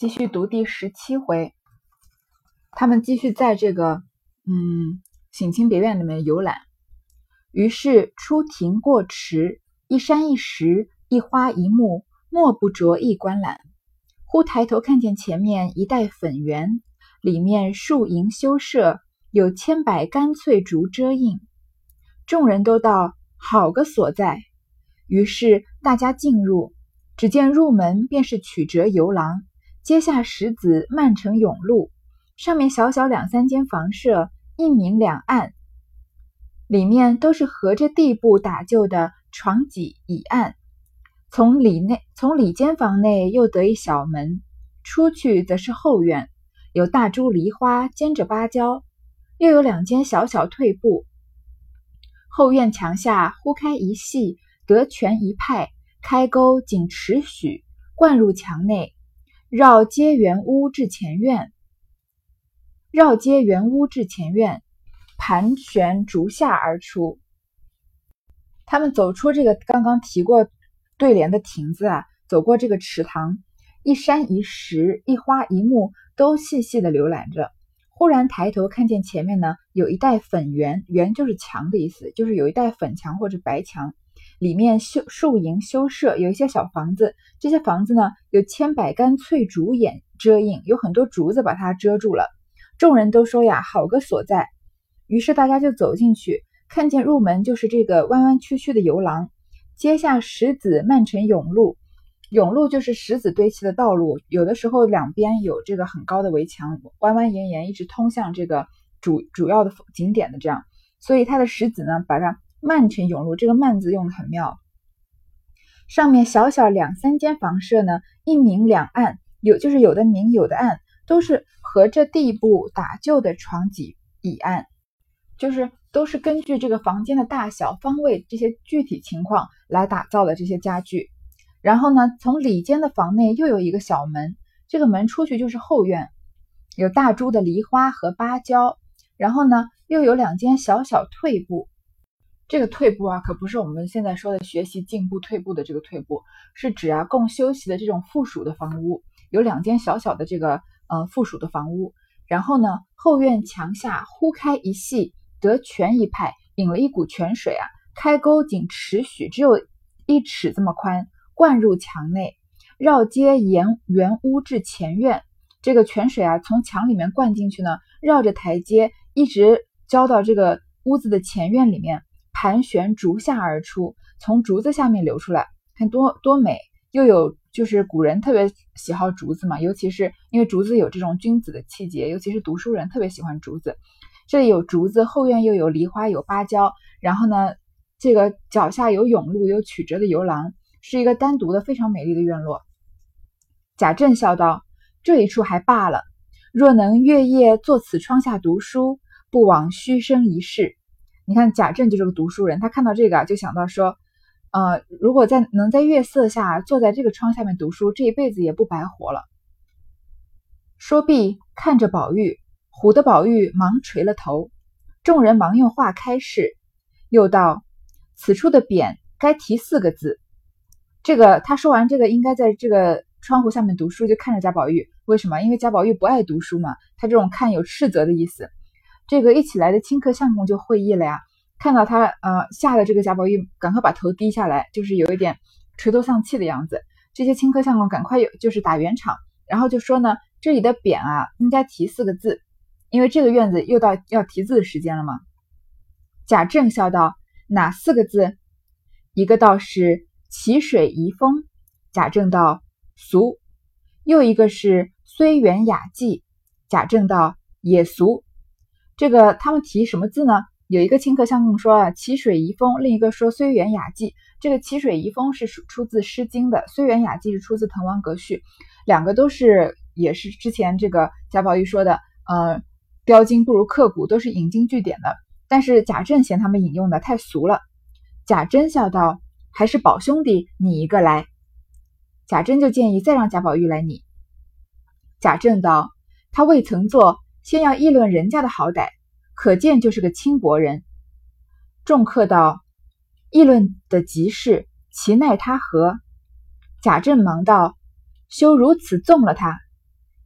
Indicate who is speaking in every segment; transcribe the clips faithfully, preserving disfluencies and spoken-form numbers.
Speaker 1: 继续读第十七回，他们继续在这个嗯省亲别院里面游览。于是出庭过池，一山一石，一花一木，莫不着意观览。忽抬头看见前面一带粉园，里面树营修舍，有千百干翠竹遮映。众人都道好个所在，于是大家进入，只见入门便是曲折游廊，阶下石子漫成甬路，上面小小两三间房舍，一明两暗，里面都是合着地步打就的床几椅案。从里内从里间房内又得一小门，出去则是后院，有大株梨花兼着芭蕉，又有两间小小退步。后院墙下忽开一隙，得全一派，开沟仅尺许，灌入墙内，绕街园屋至前院，绕街园屋至前院，盘旋逐下而出。他们走出这个刚刚提过对联的亭子啊，走过这个池塘，一山一石，一花一木都细细的浏览着。忽然抬头看见前面呢有一带粉园，园就是墙的意思，就是有一带粉墙或者白墙，里面修树营修舍，有一些小房子，这些房子呢有千百竿翠竹掩遮映，有很多竹子把它遮住了。众人都说呀，好个所在。于是大家就走进去，看见入门就是这个弯弯曲曲的游廊，阶下石子漫成甬路，甬路就是石子堆砌的道路，有的时候两边有这个很高的围墙，弯弯延延一直通向这个主主要的景点的这样，所以它的石子呢把它漫成甬路，这个漫字用的很妙。上面小小两三间房舍呢，一明两暗，有就是有的明有的暗，都是合着地步打就的床几椅案，就是都是根据这个房间的大小方位这些具体情况来打造的这些家具。然后呢，从里间的房内又有一个小门，这个门出去就是后院，有大株的梨花和芭蕉，然后呢又有两间小小退步。这个退步啊，可不是我们现在说的学习进步退步的这个退步，是指啊供休息的这种附属的房屋，有两间小小的这个呃附属的房屋。然后呢，后院墙下忽开一隙，得泉一派，引了一股泉水啊，开沟仅尺许，只有一尺这么宽，灌入墙内，绕街沿园屋至前院。这个泉水啊从墙里面灌进去呢，绕着台阶一直浇到这个屋子的前院里面，盘旋逐下而出，从竹子下面流出来，看多多美。又有就是古人特别喜好竹子嘛，尤其是因为竹子有这种君子的气节，尤其是读书人特别喜欢竹子。这里有竹子，后院又有梨花有芭蕉，然后呢这个脚下有甬路，有曲折的游廊，是一个单独的非常美丽的院落。贾政笑道，这一处还罢了，若能月夜坐此窗下读书，不枉虚生一世。你看贾政就是个读书人，他看到这个就想到说呃，如果在能在月色下坐在这个窗下面读书，这一辈子也不白活了。说毕，看着宝玉，唬得宝玉忙垂了头。众人忙用话开示，又道此处的匾该题四个字。这个他说完这个应该在这个窗户下面读书，就看着贾宝玉。为什么？因为贾宝玉不爱读书嘛，他这种看有斥责的意思。这个一起来的清客相公就会意了呀，看到他呃吓得这个贾宝玉赶快把头低下来，就是有一点垂头丧气的样子。这些清客相公赶快有就是打圆场，然后就说呢，这里的匾啊应该题四个字，因为这个院子又到要题字的时间了嘛。贾政笑道，哪四个字？一个道是淇水移风，贾政道俗；又一个是虽园雅迹，贾政道也俗。这个他们提什么字呢？有一个清客相公说啊，淇水移风，另一个说虽园雅迹。这个淇水移风是出自诗经的，虽园雅迹是出自滕王阁序，两个都是也是之前这个贾宝玉说的呃，雕金不如刻骨，都是引经据典的，但是贾政嫌他们引用的太俗了。贾珍笑道，还是宝兄弟拟一个来。贾珍就建议再让贾宝玉来拟。贾政道，他未曾做，先要议论人家的好歹，可见就是个轻薄人。众客道，议论的极是，其奈他何？贾政忙道，休如此纵了他。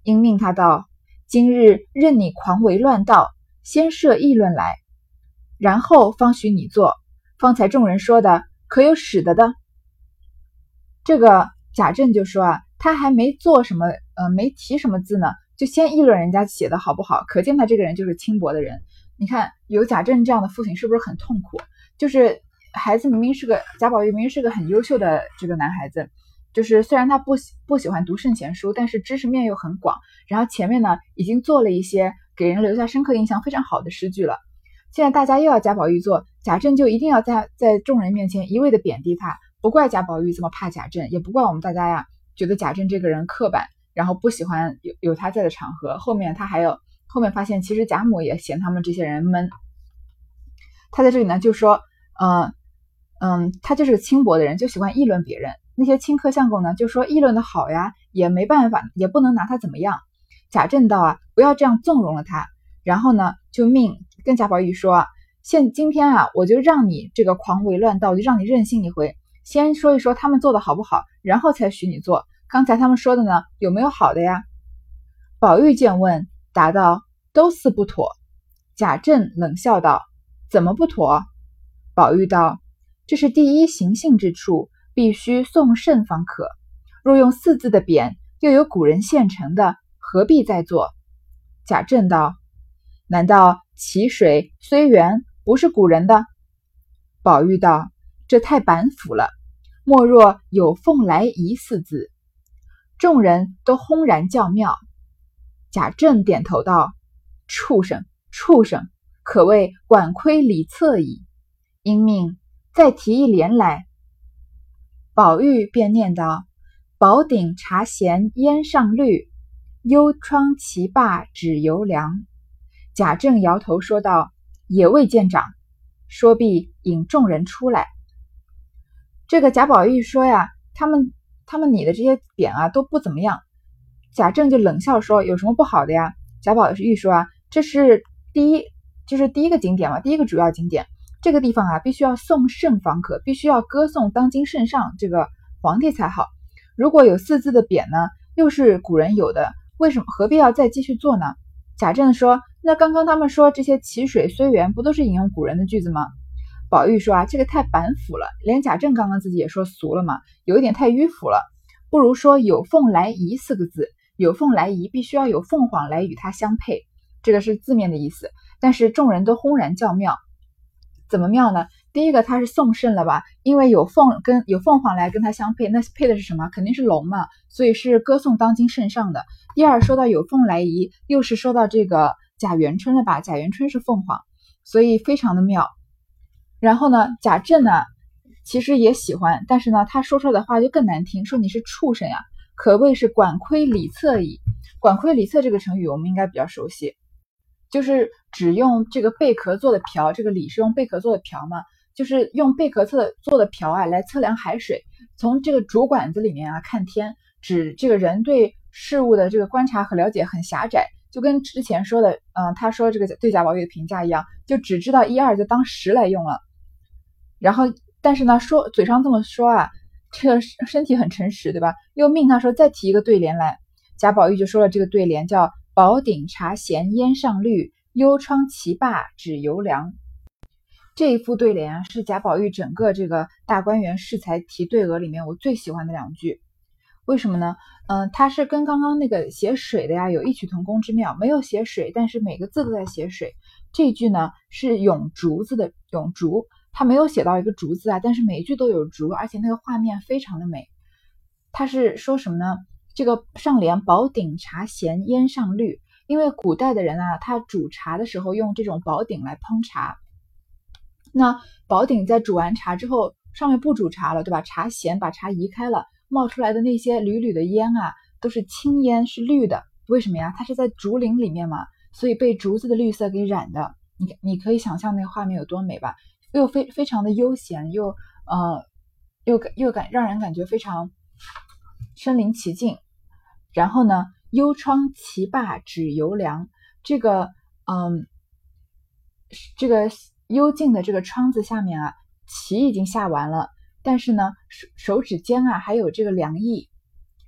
Speaker 1: 因命他道：今日任你狂为乱道，先设议论来，然后方许你做。方才众人说的，可有使得的？这个贾政就说啊，他还没做什么，呃，没提什么字呢，就先议论人家写的好不好，可见他这个人就是轻薄的人。你看，有贾政这样的父亲，是不是很痛苦？就是孩子明明是个贾宝玉，明明是个很优秀的这个男孩子，就是虽然他不喜不喜欢读圣贤书，但是知识面又很广。然后前面呢，已经做了一些给人留下深刻印象非常好的诗句了。现在大家又要贾宝玉做，贾政就一定要在在众人面前一味的贬低他。不怪贾宝玉这么怕贾政，也不怪我们大家呀，觉得贾政这个人刻板，然后不喜欢有有他在的场合。后面他还有后面发现，其实贾母也嫌他们这些人闷。他在这里呢就说，呃嗯，他就是个轻薄的人，就喜欢议论别人。那些清客相公呢就说议论的好呀，也没办法，也不能拿他怎么样。贾政道啊，不要这样纵容了他。然后呢就命跟贾宝玉说，现今天啊，我就让你这个狂为乱道，就让你任性一回，先说一说他们做的好不好，然后才许你做。刚才他们说的呢，有没有好的呀？宝玉见问，答道：都似不妥。贾政冷笑道：怎么不妥？宝玉道：这是第一行性之处，必须诵慎方可。若用四字的匾，又有古人现成的，何必再做？贾政道：难道淇水虽源不是古人的？宝玉道：这太板斧了，莫若有凤来仪四字。众人都轰然叫妙。贾政点头道：畜生畜生，可谓管窥礼策矣。因命再提一联来。宝玉便念道：宝鼎茶闲烟上绿，幽窗棋罢指犹凉。贾政摇头说道：也未见长。说毕引众人出来。这个贾宝玉说呀，他们他们拟的这些匾啊都不怎么样。贾政就冷笑说：有什么不好的呀？贾宝玉说啊，这是第一就是第一个景点嘛，第一个主要景点，这个地方啊必须要颂圣方可，必须要歌颂当今圣上这个皇帝才好。如果有四字的匾呢，又是古人有的，为什么何必要再继续做呢？贾政说：那刚刚他们说这些淇水虽源不都是引用古人的句子吗？宝玉说啊，这个太板斧了，连贾政刚刚自己也说俗了嘛，有一点太迂腐了，不如说有凤来仪四个字。有凤来仪必须要有凤凰来与它相配，这个是字面的意思。但是众人都轰然叫妙。怎么妙呢？第一个，它是颂圣了吧，因为有凤跟有凤凰来跟它相配，那配的是什么？肯定是龙嘛，所以是歌颂当今圣上的。第二，说到有凤来仪，又是说到这个贾元春了吧，贾元春是凤凰，所以非常的妙。然后呢，贾政呢其实也喜欢，但是呢他说出来的话就更难听，说你是畜生呀，可谓是管窥礼策矣。管窥礼策这个成语我们应该比较熟悉，就是只用这个贝壳做的瓢，这个礼是用贝壳做的瓢嘛，就是用贝壳做做的瓢啊来测量海水，从这个竹管子里面啊看天，指这个人对事物的这个观察和了解很狭窄，就跟之前说的嗯、呃，他说这个对贾宝玉的评价一样，就只知道一二就当十来用了。然后但是呢说嘴上这么说啊，这个身体很诚实，对吧？又命他说再提一个对联来。贾宝玉就说了这个对联，叫宝鼎茶闲烟上绿，幽窗棋罢指犹凉。这一副对联啊，是贾宝玉整个这个大观园适才题对额里面我最喜欢的两句。为什么呢？嗯，它是跟刚刚那个写水的呀有异曲同工之妙，没有写水，但是每个字都在写水。这一句呢是咏竹子的咏竹，它没有写到一个竹字啊，但是每一句都有竹，而且那个画面非常的美。它是说什么呢？这个上联宝鼎茶闲烟上绿，因为古代的人啊，他煮茶的时候用这种宝鼎来烹茶。那宝鼎在煮完茶之后，上面不煮茶了，对吧？茶闲把茶移开了，冒出来的那些缕缕的烟啊，都是青烟，是绿的。为什么呀？它是在竹林里面嘛，所以被竹子的绿色给染的。你你可以想象那个画面有多美吧？又非非常的悠闲，又呃又又感让人感觉非常身临其境。然后呢，幽窗棋罢指犹凉，这个嗯，这个幽静的这个窗子下面啊，棋已经下完了，但是呢手手指间啊还有这个凉意。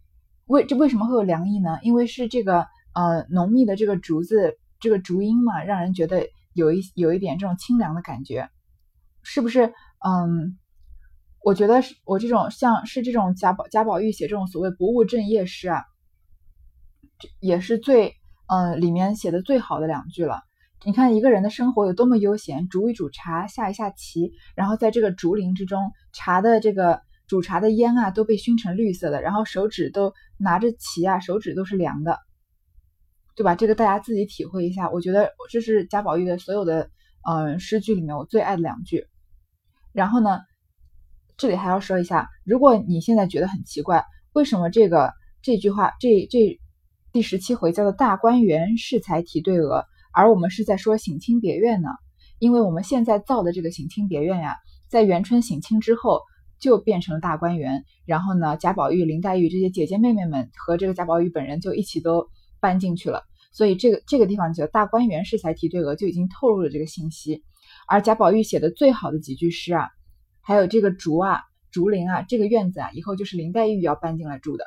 Speaker 1: 为这为什么会有凉意呢？因为是这个呃浓密的这个竹子这个竹音嘛，让人觉得有一有一点这种清凉的感觉，是不是？嗯，我觉得我这种像是这种贾宝贾宝玉写这种所谓不务正业诗啊，也是最嗯、呃、里面写的最好的两句了。你看一个人的生活有多么悠闲，煮一煮茶，下一下棋，然后在这个竹林之中，茶的这个煮茶的烟啊都被熏成绿色的，然后手指都拿着棋啊，手指都是凉的，对吧？这个大家自己体会一下。我觉得这是贾宝玉的所有的嗯、呃、诗句里面我最爱的两句。然后呢，这里还要说一下，如果你现在觉得很奇怪，为什么这个这句话这这第十七回叫做大观园适才题对额，而我们是在说省亲别院呢？因为我们现在造的这个省亲别院呀，在元春省亲之后就变成了大观园，然后呢，贾宝玉、林黛玉这些姐姐妹妹们和这个贾宝玉本人就一起都搬进去了，所以这个这个地方叫大观园适才题对额就已经透露了这个信息。而贾宝玉写的最好的几句诗啊，还有这个竹啊、竹林啊，这个院子啊，以后就是林黛玉要搬进来住的。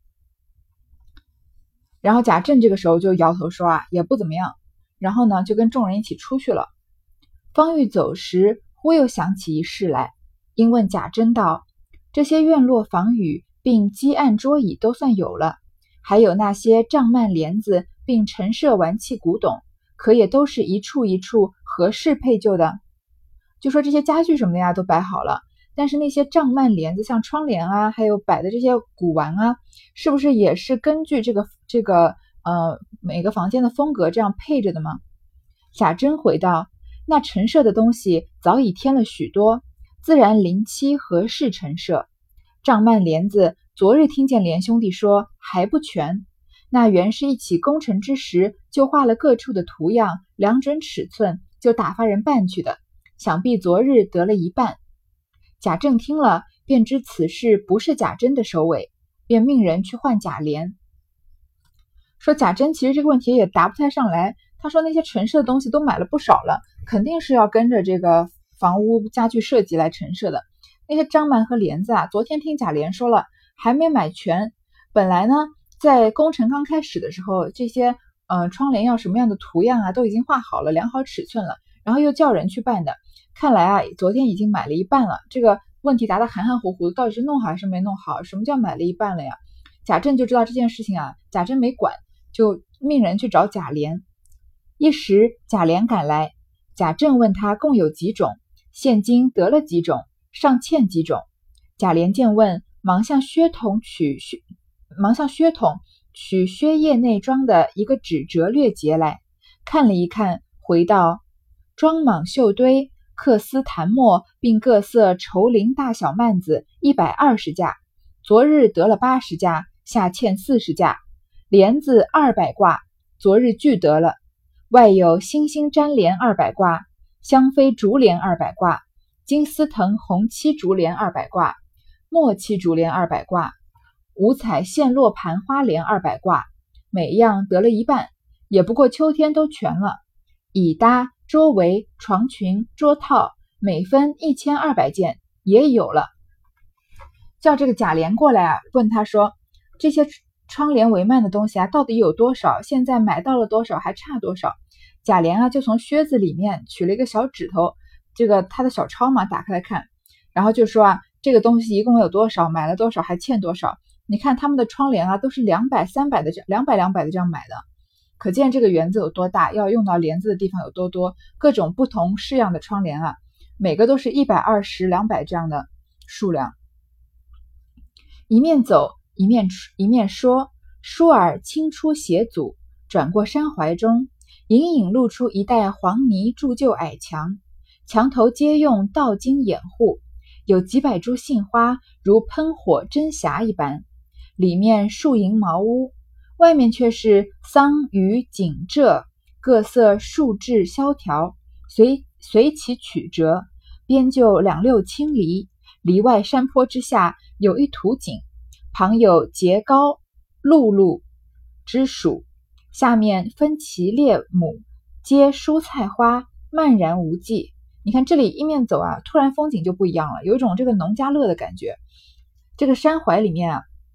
Speaker 1: 然后贾政这个时候就摇头说啊，也不怎么样。然后呢，就跟众人一起出去了。方欲走时，忽又想起一事来，因问贾珍道：“这些院落房宇，并几案桌椅都算有了，还有那些帐幔帘子，并陈设玩器古董，可也都是一处一处合适配就的。就说这些家具什么的呀，都摆好了。”但是那些帐幔帘子，像窗帘啊，还有摆的这些古玩啊，是不是也是根据这个这个呃每个房间的风格这样配着的吗？贾珍回道：那陈设的东西早已添了许多，自然临期合适陈设。帐幔帘子，昨日听见连兄弟说还不全，那原是一起工程之时就画了各处的图样，量准尺寸，就打发人办去的，想必昨日得了一半。贾政听了，便知此事不是贾珍的首尾，便命人去换贾琏。说贾珍其实这个问题也答不太上来，他说那些陈设的东西都买了不少了，肯定是要跟着这个房屋家具设计来陈设的。那些帐幔和帘子啊，昨天听贾琏说了，还没买全。本来呢，在工程刚开始的时候，这些呃窗帘要什么样的图样啊，都已经画好了，量好尺寸了，然后又叫人去办的。看来啊，昨天已经买了一半了。这个问题答得含含糊糊，到底是弄好还是没弄好？什么叫买了一半了呀？贾政就知道这件事情啊，贾珍没管，就命人去找贾琏。一时贾琏赶来，贾政问他共有几种，现今得了几种，尚欠几种。贾琏见问，忙向薛统取薛，忙向薛统取薛业内装的一个纸折略节来，看了一看，回道：装蟒绣堆。缂丝檀墨并各色绸绫大小幔子一百二十架，昨日得了八十架，下欠四十架。帘子二百挂，昨日俱得了，外有星星粘帘二百挂，香妃竹帘二百挂，金丝藤红漆竹帘二百挂，墨漆竹帘二百挂，五彩线络盘花帘二百挂，每样得了一半，也不过秋天都全了。椅搭、桌围、床裙、桌套，每分一千二百件，也有了。叫这个贾琏过来啊，问他说，这些窗帘帷幔的东西啊，到底有多少？现在买到了多少？还差多少？贾琏啊，就从靴子里面取了一个小指头，这个他的小抄嘛，打开来看，然后就说啊，这个东西一共有多少？买了多少？还欠多少？你看他们的窗帘啊，都是两百、三百的这两百、两百的这样买的。可见这个园子有多大，要用到帘子的地方有多多，各种不同式样的窗帘啊，每个都是一百二十、两百这样的数量。一面走一面一面说，倏尔轻出斜阻，转过山槐中，隐隐露出一带黄泥铸就矮墙，墙头皆用道金掩护，有几百株杏花，如喷火针匣一般，里面树营茅屋。外面却是桑榆锦谪，各色树枝萧条，随随其曲折，边就两六青篱，篱外山坡之下有一土井，旁有节高辘辘之属，下面分其列亩，皆蔬菜花，漫然无际。你看这里一面走啊，突然风景就不一样了，有一种这个农家乐的感觉。这个山槐里面啊，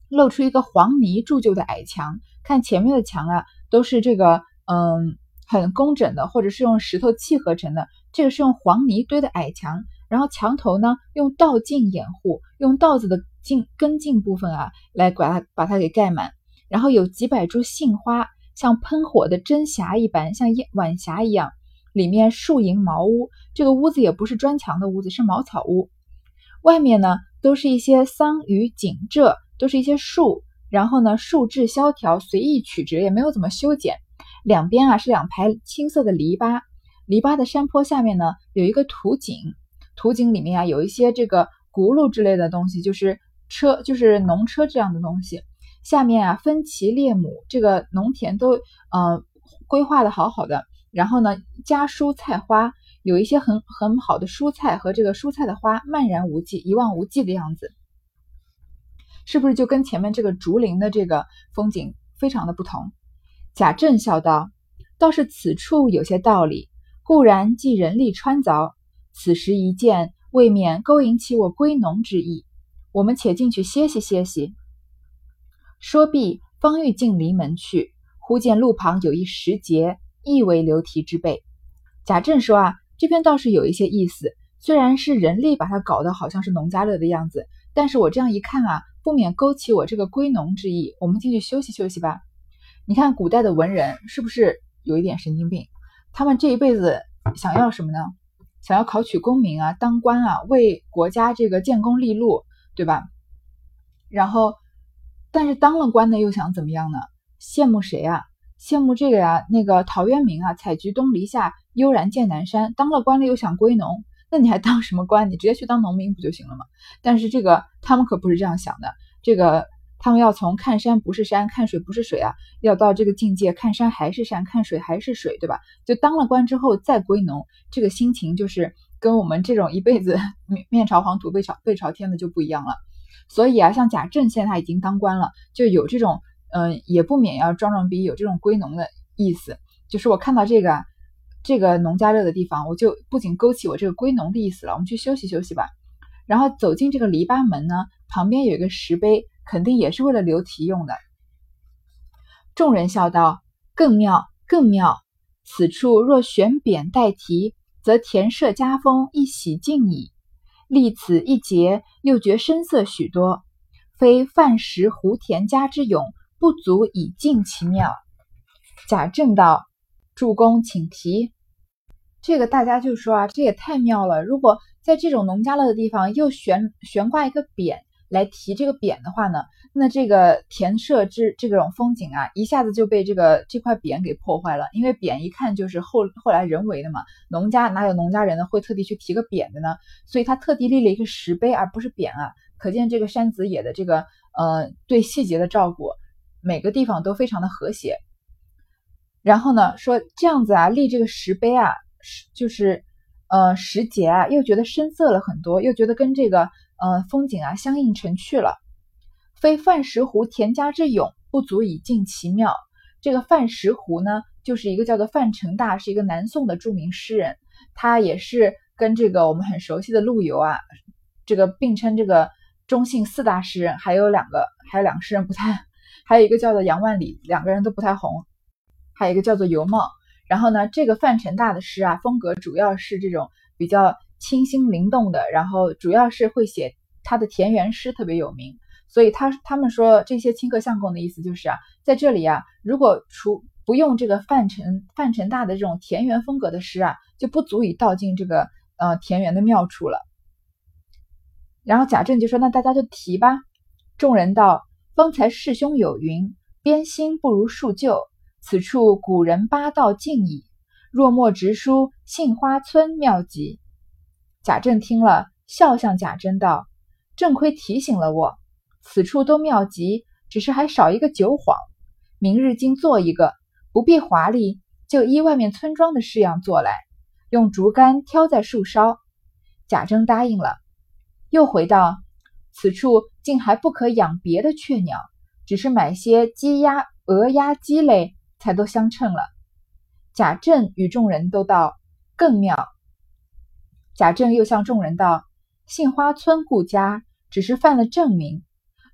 Speaker 1: 露出一个黄泥铸就的矮墙，看前面的墙啊，都是这个嗯很工整的，或者是用石头砌合成的，这个是用黄泥堆的矮墙，然后墙头呢用道径掩护，用稻子的茎根茎部分啊来把它把它给盖满，然后有几百株杏花，像喷火的针匣一般，像晚霞一样，里面树营茅屋，这个屋子也不是砖墙的屋子，是茅草屋，外面呢都是一些桑榆锦柘，都是一些树，然后呢树质萧条，随意曲折，也没有怎么修剪，两边啊是两排青色的篱笆，篱笆的山坡下面呢有一个土井，土井里面啊有一些这个轱辘之类的东西，就是车就是农车这样的东西，下面啊分畦列亩，这个农田都呃规划的好好的，然后呢家蔬菜花，有一些很很好的蔬菜和这个蔬菜的花漫然无际，一望无际的样子，是不是就跟前面这个竹林的这个风景非常的不同？贾政笑道：倒是此处有些道理，固然既人力穿凿，此时一见未免勾引起我归农之意，我们且进去歇息歇息。说毕，方欲进篱门去，忽见路旁有一石碣，亦为流题之辈。贾政说啊，这边倒是有一些意思，虽然是人力把它搞得好像是农家乐的样子，但是我这样一看啊，不免勾起我这个归农之意，我们进去休息休息吧。你看古代的文人是不是有一点神经病？他们这一辈子想要什么呢？想要考取功名啊，当官啊，为国家这个建功立禄，对吧？然后但是当了官呢又想怎么样呢？羡慕谁啊？羡慕这个呀、啊，那个陶渊明啊，采菊东篱下，悠然见南山，当了官了又想归农，那你还当什么官？你直接去当农民不就行了吗？但是这个他们可不是这样想的，这个他们要从看山不是山，看水不是水啊，要到这个境界，看山还是山，看水还是水，对吧？就当了官之后再归农，这个心情就是跟我们这种一辈子面朝黄土背朝背朝天的就不一样了。所以啊，像贾政现在他已经当官了，就有这种嗯、呃，也不免要装装逼，有这种归农的意思。就是我看到这个这个农家乐的地方，我就不仅勾起我这个归农的意思了，我们去休息休息吧。然后走进这个篱笆门呢，旁边有一个石碑，肯定也是为了留题用的。众人笑道：更妙更妙，此处若悬匾代题，则田舍家风一洗尽矣。历此一节，又觉深色许多，非范石胡田家之咏，不足以尽其妙。贾政道：主公请提。这个大家就说啊，这也太妙了，如果在这种农家乐的地方又悬悬挂一个匾来提这个匾的话呢，那这个田舍之这种风景啊，一下子就被这个这块匾给破坏了。因为匾一看就是后后来人为的嘛，农家哪有农家人呢会特地去提个匾的呢？所以他特地立了一个石碑而不是匾啊，可见这个山子野的这个呃对细节的照顾，每个地方都非常的和谐。然后呢说这样子啊，立这个石碑啊，就是呃石碣啊，又觉得深色了很多，又觉得跟这个呃风景啊相映成趣了。非范石湖田家之咏，不足以尽其妙。这个范石湖呢，就是一个叫做范成大，是一个南宋的著名诗人，他也是跟这个我们很熟悉的陆游啊，这个并称这个中信四大诗人，还有两个还有两个诗人不太，还有一个叫做杨万里，两个人都不太红，还有一个叫做尤茂。然后呢，这个范成大的诗啊，风格主要是这种比较清新灵动的，然后主要是会写他的田园诗特别有名。所以他他们说这些清客相公的意思就是啊，在这里啊，如果除不用这个范成范成大的这种田园风格的诗啊，就不足以道尽这个呃田园的妙处了。然后贾政就说：“那大家就提吧。”众人道：“方才师兄有云，编新不如树旧，此处古人八道尽矣。若莫直书杏花村妙极。”贾政听了，笑向贾珍道：“正亏提醒了我。此处都妙极，只是还少一个酒幌。明日今做一个，不必华丽，就依外面村庄的式样做来，用竹竿挑在树梢。”贾珍答应了，又回道：“此处竟还不可养别的雀鸟，只是买些鸡鸭鹅鸭鸡类，才都相称了。”贾政与众人都道：“更妙。”贾政又向众人道：“杏花村顾家，只是犯了正名。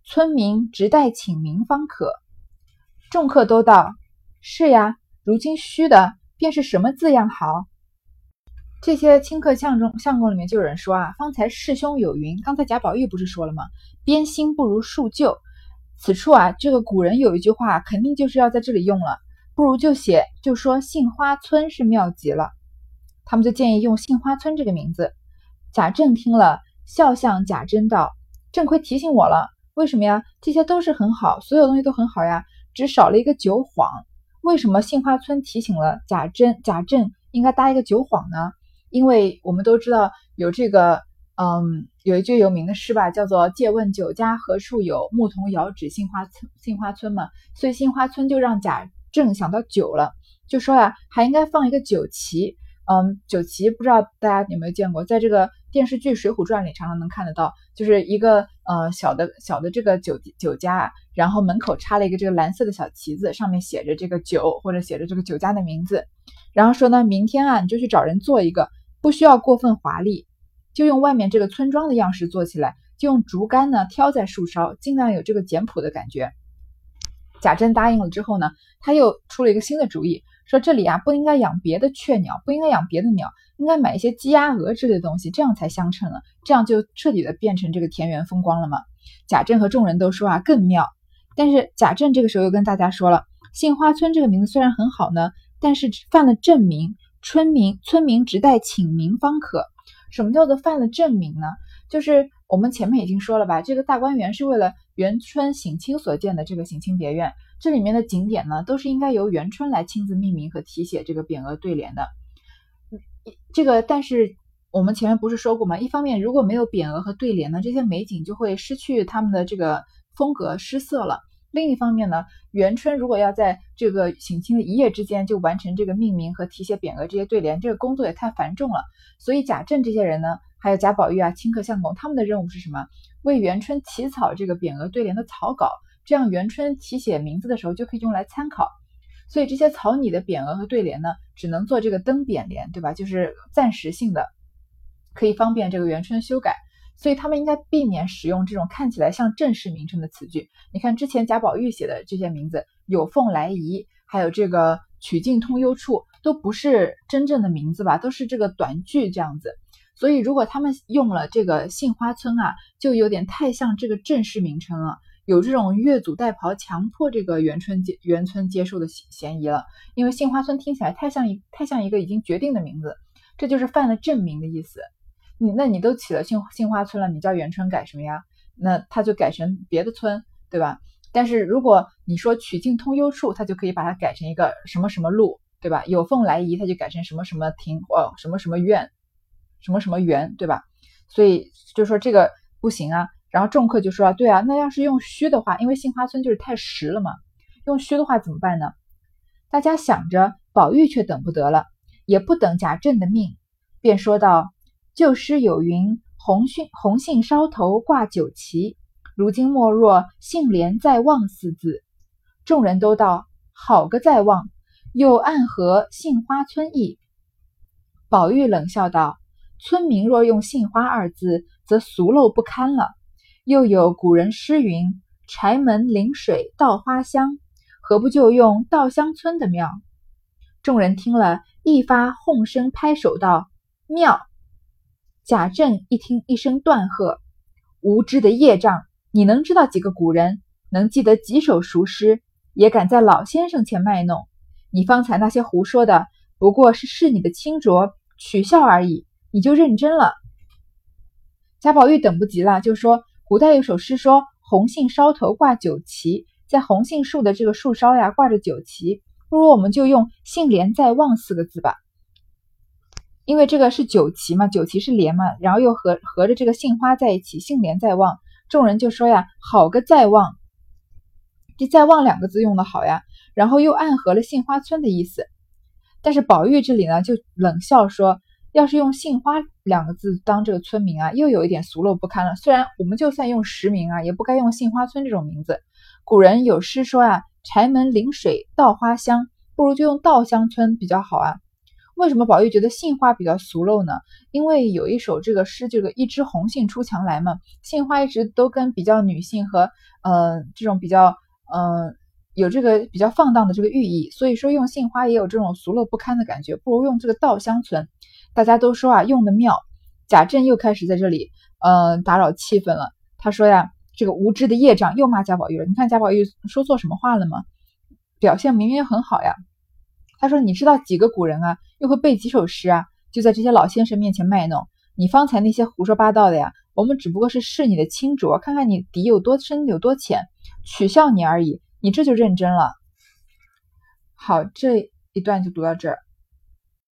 Speaker 1: 村民直待请名方可。众客都道：是呀，如今虚的便是什么字样好？这些顷刻相中相公里面就有人说啊，方才师兄有云，刚才贾宝玉不是说了吗？编新不如述旧。此处啊，这个古人有一句话，肯定就是要在这里用了，不如就写就说杏花村是妙极了。他们就建议用杏花村这个名字。贾政听了，笑向贾珍道：正亏提醒我了，为什么呀？这些都是很好，所有东西都很好呀，只少了一个酒幌。为什么杏花村提醒了贾珍贾政应该搭一个酒幌呢？因为我们都知道有这个嗯，有一句有名的诗吧，叫做借问酒家何处有，牧童遥指杏花村杏花村嘛，所以杏花村就让贾政想到酒了，就说呀，还应该放一个酒旗。嗯，酒旗不知道大家有没有见过，在这个电视剧《水浒传》里常常能看得到，就是一个呃小的小的这个酒酒家，然后门口插了一个这个蓝色的小旗子，上面写着这个酒或者写着这个酒家的名字，然后说呢，明天啊你就去找人做一个，不需要过分华丽，就用外面这个村庄的样式做起来，就用竹竿呢挑在树梢，尽量有这个简朴的感觉。贾珍答应了之后呢，他又出了一个新的主意，说这里啊不应该养别的雀鸟，不应该养别的鸟，应该买一些鸡鸭鹅之类的东西，这样才相称了，这样就彻底的变成这个田园风光了嘛。贾政和众人都说啊更妙，但是贾政这个时候又跟大家说了，杏花村这个名字虽然很好呢，但是犯了正名，村民村民直待请名方可。什么叫做犯了正名呢？就是我们前面已经说了吧，这个大观园是为了元春省亲所建的这个省亲别院，这里面的景点呢都是应该由元春来亲自命名和题写这个匾额对联的。这个但是我们前面不是说过吗？一方面如果没有匾额和对联呢，这些美景就会失去他们的这个风格，失色了。另一方面呢，元春如果要在这个省亲的一夜之间就完成这个命名和题写匾额这些对联，这个工作也太繁重了。所以贾政这些人呢，还有贾宝玉啊、顷刻相公，他们的任务是什么？为元春起草这个匾额对联的草稿，这样元春题写名字的时候就可以用来参考。所以这些草拟的匾额和对联呢，只能做这个登匾联，对吧？就是暂时性的，可以方便这个元春修改。所以他们应该避免使用这种看起来像正式名称的词句。你看之前贾宝玉写的这些名字，有凤来仪，还有这个曲径通幽处，都不是真正的名字吧，都是这个短句这样子。所以如果他们用了这个杏花村啊，就有点太像这个正式名称了，有这种越俎代庖强迫这个元春接元春接受的嫌疑了。因为杏花村听起来太像一太像一个已经决定的名字，这就是犯了正名的意思。你那你都起了杏杏花村了，你叫元春改什么呀？那他就改成别的村，对吧？但是如果你说曲径通幽处，他就可以把它改成一个什么什么路，对吧？有凤来仪，他就改成什么什么亭，哦，什么什么院，什么什么园，对吧？所以就说这个不行啊。然后众客就说啊，对啊，那要是用虚的话，因为杏花村就是太实了嘛，用虚的话怎么办呢？大家想着，宝玉却等不得了，也不等贾政的命，便说道：旧诗有云，红杏红杏梢头挂酒旗，如今莫若杏帘在望四字。众人都道：好个在望，又暗合杏花村意。宝玉冷笑道：村民若用杏花二字，则俗陋不堪了。又有古人诗云：柴门临水稻花香，何不就用稻香村的妙？众人听了，一发哄声拍手道：妙！贾政一听，一声断喝：无知的业障！你能知道几个古人，能记得几首熟诗，也敢在老先生前卖弄？你方才那些胡说的，不过是视你的清浊，取笑而已，你就认真了。贾宝玉等不及了，就说古代有首诗说，红杏梢头挂酒旗，在红杏树的这个树梢呀挂着酒旗，不如我们就用杏帘在望四个字吧。因为这个是酒旗嘛，酒旗是帘嘛，然后又合合着这个杏花在一起，杏帘在望，众人就说呀，好个在望！这在望两个字用的好呀，然后又暗合了杏花村的意思。但是宝玉这里呢就冷笑说，要是用杏花两个字当这个村名啊，又有一点俗陋不堪了。虽然我们就算用实名啊，也不该用杏花村这种名字。古人有诗说啊，柴门临水稻花香，不如就用稻香村比较好啊。 为什么宝玉觉得杏花比较俗陋呢？因为有一首这个诗，这个一枝红杏出墙来嘛，杏花一直都跟比较女性和呃这种比较呃有这个比较放荡的这个寓意，所以说用杏花也有这种俗陋不堪的感觉，不如用这个稻香村。大家都说啊用的妙，贾政又开始在这里呃打扰气氛了。他说呀，这个无知的业障又骂贾宝玉了。你看贾宝玉说错什么话了吗？表现明明很好呀。他说你知道几个古人啊，又会背几首诗啊，就在这些老先生面前卖弄。你方才那些胡说八道的呀，我们只不过是试你的清浊，看看你底有多深有多浅，取笑你而已，你这就认真了。好，这一段就读到这儿。